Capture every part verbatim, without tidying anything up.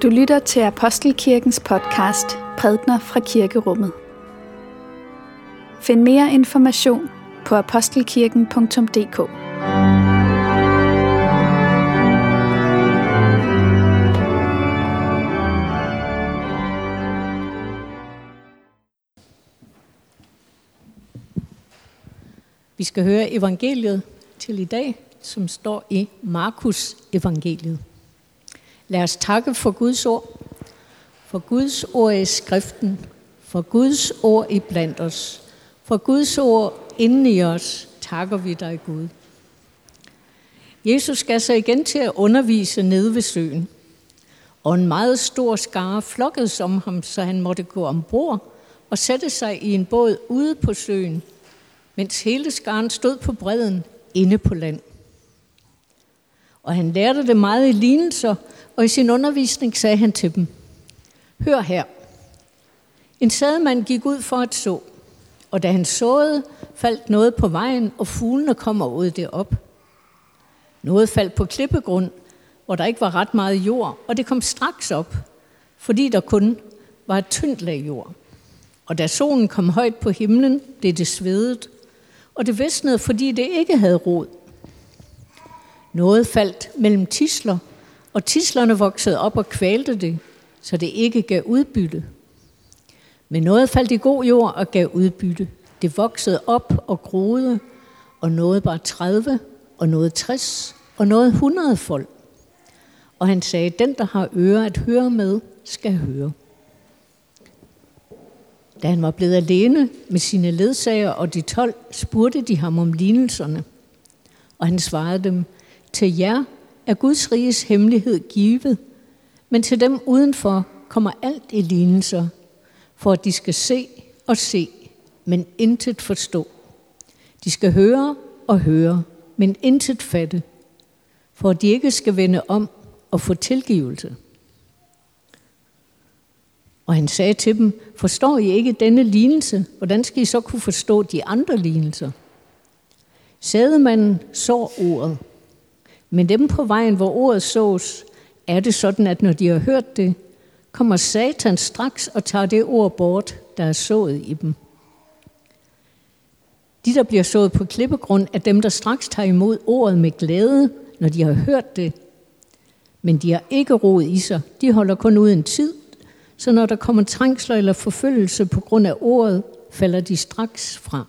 Du lytter til Apostelkirkens podcast Prædner fra Kirkerummet. Find mere information på apostelkirken punktum d k. Vi skal høre evangeliet til i dag, som står i Markus evangeliet. Lad os takke for Guds ord, for Guds ord i skriften, for Guds ord i blandt os, for Guds ord inden i os, takker vi dig, Gud. Jesus skal så igen til at undervise nede ved søen, og en meget stor skare flokkedes om ham, så han måtte gå ombord og sætte sig i en båd ude på søen, mens hele skaren stod på bredden inde på land. Og han lærte det meget i lignelser, og i sin undervisning sagde han til dem: Hør her. En sædemand gik ud for at så, og da han såede, faldt noget på vejen, og fuglene kom og åd det op. Noget faldt på klippegrund, hvor der ikke var ret meget jord, og det kom straks op, fordi der kun var et tyndt lag jord. Og da solen kom højt på himlen, blev det svedet, og det visnede, fordi det ikke havde rod. Noget faldt mellem tidsler, og tidslerne voksede op og kvalte det, så det ikke gav udbytte. Men noget faldt i god jord og gav udbytte. Det voksede op og groede, og noget bare tredive, og noget tres, og noget hundrede fold. Og han sagde, den der har ører at høre med, skal høre. Da han var blevet alene med sine ledsager og de tolv, spurgte de ham om lignelserne. Og han svarede dem, til jer er Guds riges hemmelighed givet, men til dem udenfor kommer alt i lignelser, for at de skal se og se, men intet forstå. De skal høre og høre, men intet fatte, for at de ikke skal vende om og få tilgivelse. Og han sagde til dem, forstår I ikke denne lignelse? Hvordan skal I så kunne forstå de andre lignelser? Sædemanden så ordet, men dem på vejen, hvor ordet sås, er det sådan, at når de har hørt det, kommer Satan straks og tager det ord bort, der er sået i dem. De, der bliver sået på klippegrund, er dem, der straks tager imod ordet med glæde, når de har hørt det. Men de har ikke rod i sig. De holder kun ud en tid, så når der kommer trængsler eller forfølgelse på grund af ordet, falder de straks frem.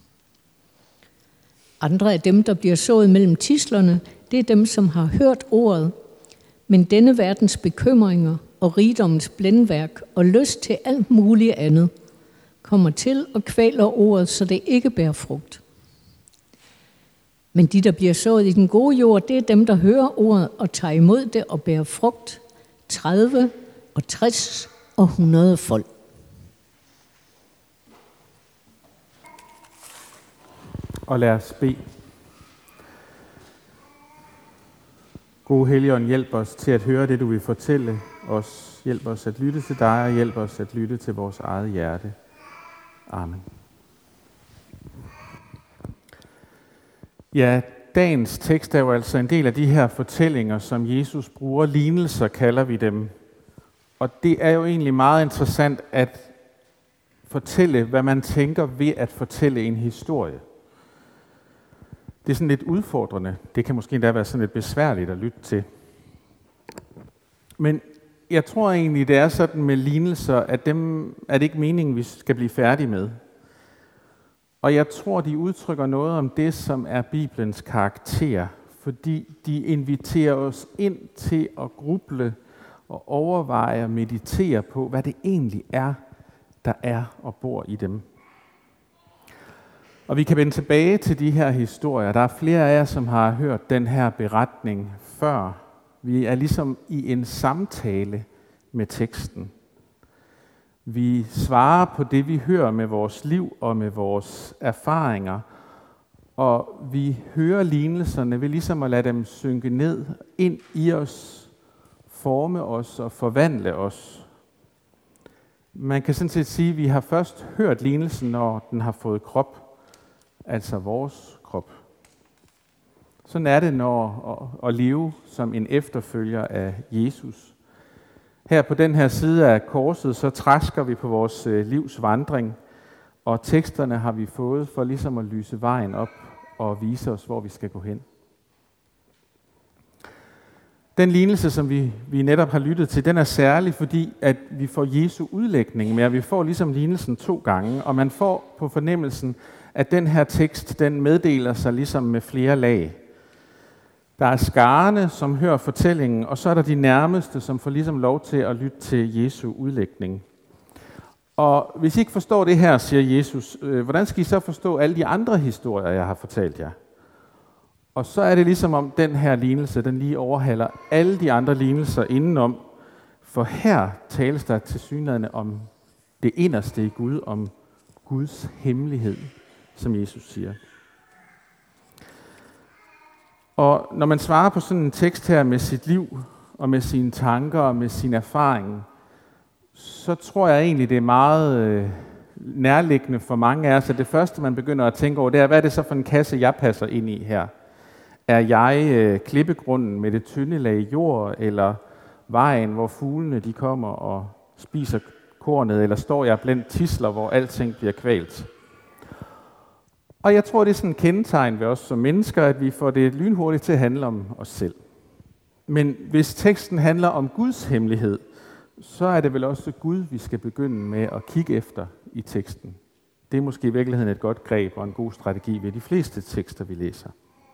Andre af dem, der bliver sået mellem tidslerne, det er dem, som har hørt ordet, men denne verdens bekymringer og rigdommens blændværk og lyst til alt muligt andet kommer til og kvæler ordet, så det ikke bærer frugt. Men de, der bliver sået i den gode jord, det er dem, der hører ordet og tager imod det og bærer frugt, tredive og tres og hundrede fold. Og lad os bede. Gode Helligånd, hjælp os til at høre det, du vil fortælle os. Hjælp os at lytte til dig, og hjælp os at lytte til vores eget hjerte. Amen. Ja, dagens tekst er jo altså en del af de her fortællinger, som Jesus bruger. Lignelser kalder vi dem. Og det er jo egentlig meget interessant at fortælle, hvad man tænker ved at fortælle en historie. Det er sådan lidt udfordrende. Det kan måske endda være sådan lidt besværligt at lytte til. Men jeg tror egentlig, det er sådan med lignelser, at dem er det ikke meningen, vi skal blive færdige med. Og jeg tror, de udtrykker noget om det, som er Bibelens karakter, fordi de inviterer os ind til at gruble og overveje og meditere på, hvad det egentlig er, der er og bor i dem. Og vi kan vende tilbage til de her historier. Der er flere af jer, som har hørt den her beretning før. Vi er ligesom i en samtale med teksten. Vi svarer på det, vi hører med vores liv og med vores erfaringer. Og vi hører lignelserne ved ligesom at lade dem synke ned ind i os, forme os og forvandle os. Man kan sådan set sige, at vi har først hørt lignelsen, når den har fået krop. Altså vores krop. Sådan er det, når at, at leve som en efterfølger af Jesus. Her på den her side af korset, så træsker vi på vores livs vandring, og teksterne har vi fået for ligesom at lyse vejen op og vise os, hvor vi skal gå hen. Den lignelse, som vi, vi netop har lyttet til, den er særlig, fordi at vi får Jesu udlægning med, og vi får ligesom lignelsen to gange, og man får på fornemmelsen, at den her tekst, den meddeler sig ligesom med flere lag. Der er skarne, som hører fortællingen, og så er der de nærmeste, som får ligesom lov til at lytte til Jesu udlægning. Og hvis I ikke forstår det her, siger Jesus, øh, hvordan skal I så forstå alle de andre historier, jeg har fortalt jer? Og så er det ligesom om den her lignelse, den lige overhaler alle de andre lignelser indenom, for her tales der tilsyneladende om det inderste i Gud, om Guds hemmelighed, som Jesus siger. Og når man svarer på sådan en tekst her med sit liv, og med sine tanker, og med sin erfaring, så tror jeg egentlig, det er meget øh, nærliggende for mange af os, at det første, man begynder at tænke over, det er, hvad er det så for en kasse, jeg passer ind i her? Er jeg øh, klippegrunden med det tynde lag jord, eller vejen, hvor fuglene de kommer og spiser kornet, eller står jeg blandt tisler, hvor alting bliver kvalt? Og jeg tror, det er sådan en kendetegn ved os som mennesker, at vi får det lynhurtigt til at handle om os selv. Men hvis teksten handler om Guds hemmelighed, så er det vel også Gud, vi skal begynde med at kigge efter i teksten. Det er måske i virkeligheden et godt greb og en god strategi ved de fleste tekster, vi læser.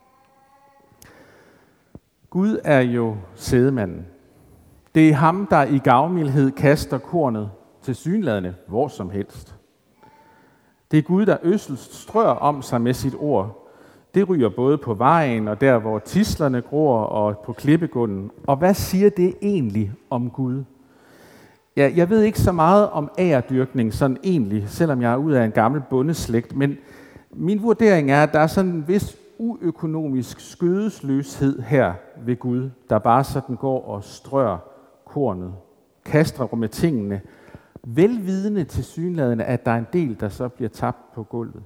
Gud er jo sædemanden. Det er ham, der i gavmildhed kaster kornet tilsyneladende hvor som helst. Det er Gud, der ødselst strør om sig med sit ord. Det ryger både på vejen og der, hvor tislerne gror, og på klippegunden. Og hvad siger det egentlig om Gud? Ja, jeg ved ikke så meget om agerdyrkning sådan egentlig, selvom jeg er ud af en gammel bondeslægt, men min vurdering er, at der er sådan en vis uøkonomisk skødesløshed her ved Gud, der bare sådan går og strør kornet, kaster med tingene, velvidende tilsyneladende, at der er en del, der så bliver tabt på gulvet.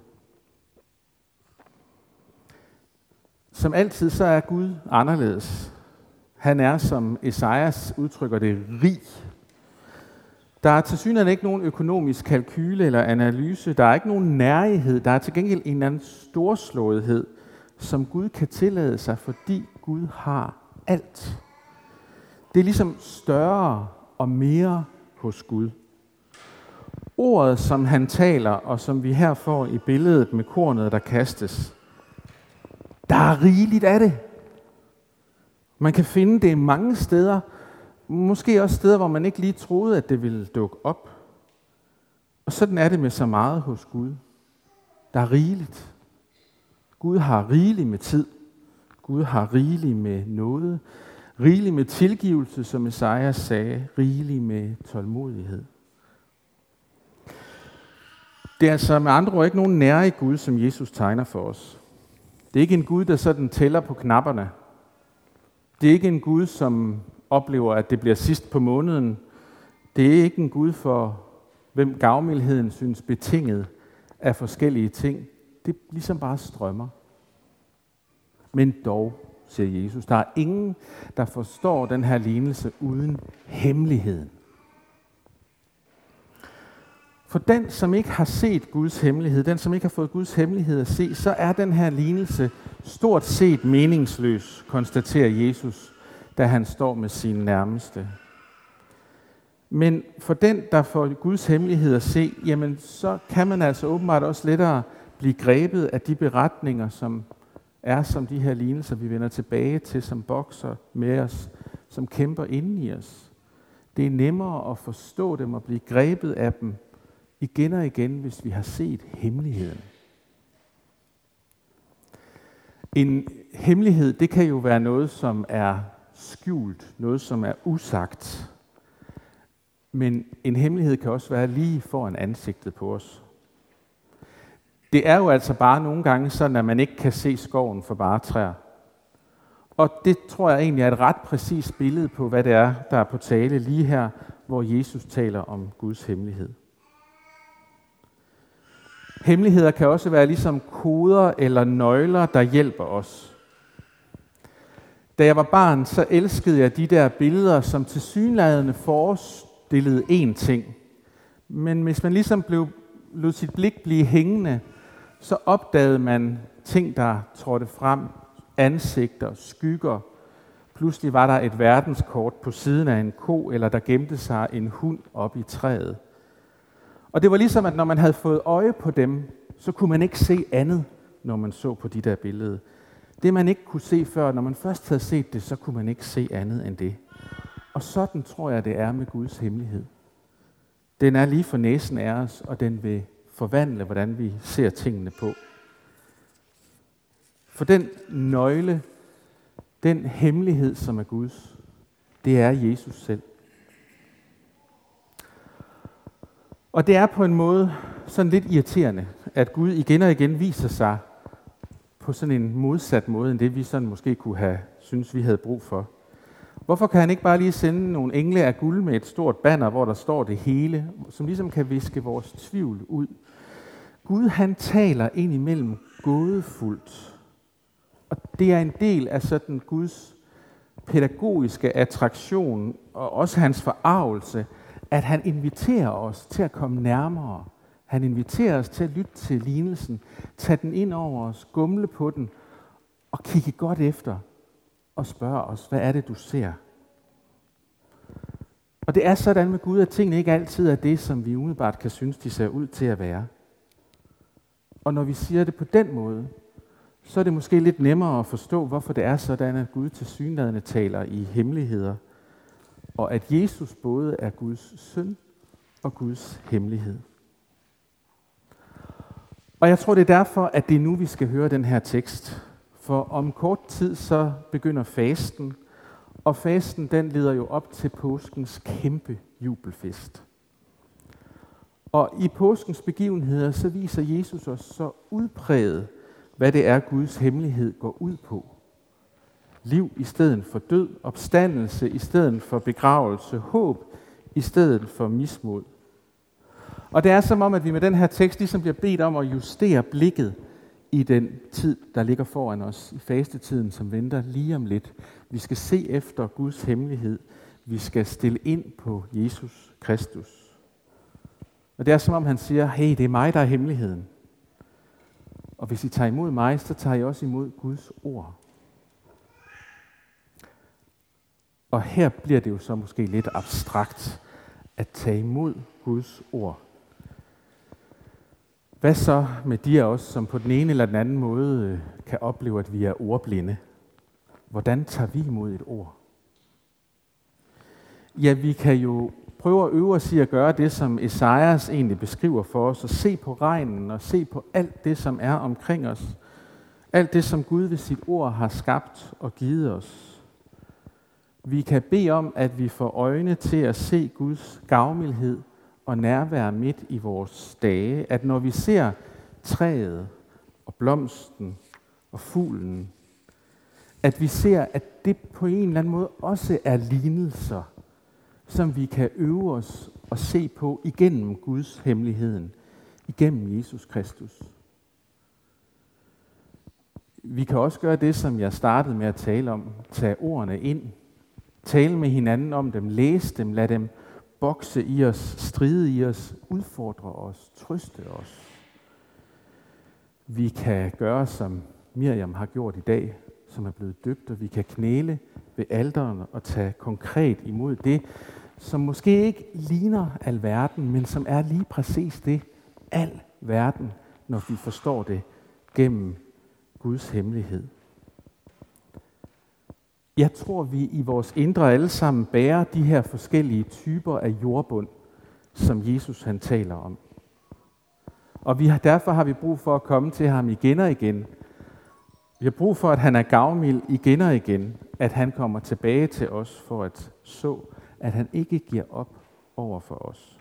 Som altid, så er Gud anderledes. Han er, som Esajas udtrykker det, rig. Der er tilsyneladende ikke nogen økonomisk kalkyle eller analyse. Der er ikke nogen nærighed. Der er til gengæld en eller anden storslåethed, som Gud kan tillade sig, fordi Gud har alt. Det er ligesom større og mere hos Gud. Ordet, som han taler, og som vi her får i billedet med kornet, der kastes, der er rigeligt af det. Man kan finde det mange steder, måske også steder, hvor man ikke lige troede, at det ville dukke op. Og sådan er det med så meget hos Gud. Der er rigeligt. Gud har rigeligt med tid. Gud har rigeligt med nåde. Rigeligt med tilgivelse, som Esajas sagde. Rigeligt med tålmodighed. Det er altså med andre ord ikke nogen nære Gud, som Jesus tegner for os. Det er ikke en Gud, der sådan tæller på knapperne. Det er ikke en Gud, som oplever, at det bliver sidst på måneden. Det er ikke en Gud for, hvem gavmildheden synes betinget af forskellige ting. Det ligesom bare strømmer. Men dog, siger Jesus, der er ingen, der forstår den her lignelse uden hemmeligheden. For den, som ikke har set Guds hemmelighed, den, som ikke har fået Guds hemmelighed at se, så er den her lignelse stort set meningsløs, konstaterer Jesus, da han står med sine nærmeste. Men for den, der får Guds hemmelighed at se, jamen så kan man altså åbenbart også lettere blive grebet af de beretninger, som er som de her lignelser, vi vender tilbage til, som bokser med os, som kæmper inde i os. Det er nemmere at forstå dem og blive grebet af dem igen og igen, hvis vi har set hemmeligheden. En hemmelighed, det kan jo være noget, som er skjult, noget, som er usagt. Men en hemmelighed kan også være lige foran ansigtet på os. Det er jo altså bare nogle gange sådan, at man ikke kan se skoven for bare træer. Og det tror jeg egentlig er et ret præcist billede på, hvad det er, der er på tale lige her, hvor Jesus taler om Guds hemmelighed. Hemmeligheder kan også være ligesom koder eller nøgler, der hjælper os. Da jeg var barn, så elskede jeg de der billeder, som tilsyneladende forestillede én ting. Men hvis man ligesom blev, lod sit blik blive hængende, så opdagede man ting, der trådte frem, ansigter, skygger. Pludselig var der et verdenskort på siden af en ko, eller der gemte sig en hund op i træet. Og det var ligesom, at når man havde fået øje på dem, så kunne man ikke se andet, når man så på de der billeder. Det man ikke kunne se før, når man først havde set det, så kunne man ikke se andet end det. Og sådan tror jeg, det er med Guds hemmelighed. Den er lige for næsen af os, og den vil forvandle, hvordan vi ser tingene på. For den nøgle, den hemmelighed, som er Guds, det er Jesus selv. Og det er på en måde sådan lidt irriterende, at Gud igen og igen viser sig på sådan en modsat måde, end det vi sådan måske kunne have synes vi havde brug for. Hvorfor kan han ikke bare lige sende nogle engle af guld med et stort banner, hvor der står det hele, som ligesom kan viske vores tvivl ud? Gud, han taler ind imellem gådefuldt. Og det er en del af sådan Guds pædagogiske attraktion, og også hans forargelse, at han inviterer os til at komme nærmere. Han inviterer os til at lytte til lignelsen, tage den ind over os, gumle på den, og kigge godt efter, og spørge os, hvad er det, du ser? Og det er sådan med Gud, at tingene ikke altid er det, som vi umiddelbart kan synes, de ser ud til at være. Og når vi siger det på den måde, så er det måske lidt nemmere at forstå, hvorfor det er sådan, at Gud tilsyneladende taler i hemmeligheder, og at Jesus både er Guds søn og Guds hemmelighed. Og jeg tror, det er derfor, at det er nu, vi skal høre den her tekst. For om kort tid, så begynder fasten, og fasten, den leder jo op til påskens kæmpe jubelfest. Og i påskens begivenheder, så viser Jesus os så udpræget, hvad det er, Guds hemmelighed går ud på. Liv i stedet for død, opstandelse i stedet for begravelse, håb i stedet for mismod. Og det er som om, at vi med den her tekst ligesom bliver bedt om at justere blikket i den tid, der ligger foran os, i fastetiden, som venter lige om lidt. Vi skal se efter Guds hemmelighed. Vi skal stille ind på Jesus Kristus. Og det er som om, han siger, hey, det er mig, der er hemmeligheden. Og hvis I tager imod mig, så tager I også imod Guds ord. Og her bliver det jo så måske lidt abstrakt at tage imod Guds ord. Hvad så med de af os, som på den ene eller den anden måde kan opleve, at vi er ordblinde? Hvordan tager vi imod et ord? Ja, vi kan jo prøve at øve os i at gøre det, som Esajas egentlig beskriver for os, og se på regnen og se på alt det, som er omkring os. Alt det, som Gud ved sit ord har skabt og givet os. Vi kan bede om, at vi får øjne til at se Guds gavmildhed og nærvær midt i vores dage. At når vi ser træet og blomsten og fuglen, at vi ser, at det på en eller anden måde også er lignelser, som vi kan øve os og se på igennem Guds hemmeligheden, igennem Jesus Kristus. Vi kan også gøre det, som jeg startede med at tale om, tage ordene ind, tale med hinanden om dem, læse dem, lad dem bokse i os, stride i os, udfordre os, trøste os. Vi kan gøre, som Miriam har gjort i dag, som er blevet døbt, og vi kan knæle ved alteren og tage konkret imod det, som måske ikke ligner alverden, men som er lige præcis det, al verden, når vi forstår det gennem Guds hemmelighed. Jeg tror, vi i vores indre alle sammen bærer de her forskellige typer af jordbund, som Jesus han taler om. Og vi har, derfor har vi brug for at komme til ham igen og igen. Vi har brug for, at han er gavmild igen og igen, at han kommer tilbage til os for at så, at han ikke giver op over for os.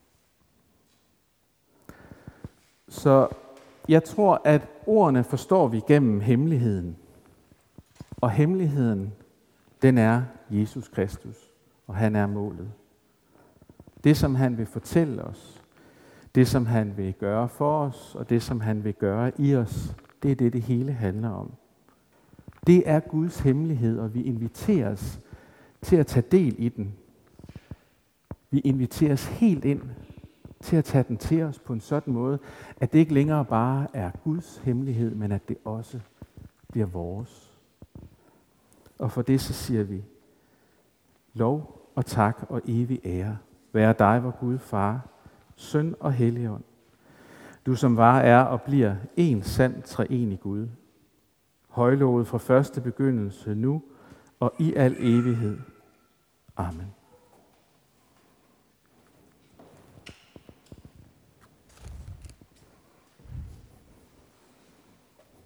Så jeg tror, at ordene forstår vi gennem hemmeligheden. Og hemmeligheden, den er Jesus Kristus, og han er målet. Det, som han vil fortælle os, det, som han vil gøre for os, og det, som han vil gøre i os, det er det, det hele handler om. Det er Guds hemmelighed, og vi inviteres til at tage del i den. Vi inviteres helt ind til at tage den til os på en sådan måde, at det ikke længere bare er Guds hemmelighed, men at det også bliver vores. Og for det så siger vi, lov og tak og evig ære være dig, vor Gud, Far, Søn og Helligånd. Du som var, er og bliver en sand treenig Gud. Højlovet fra første begyndelse nu og i al evighed. Amen.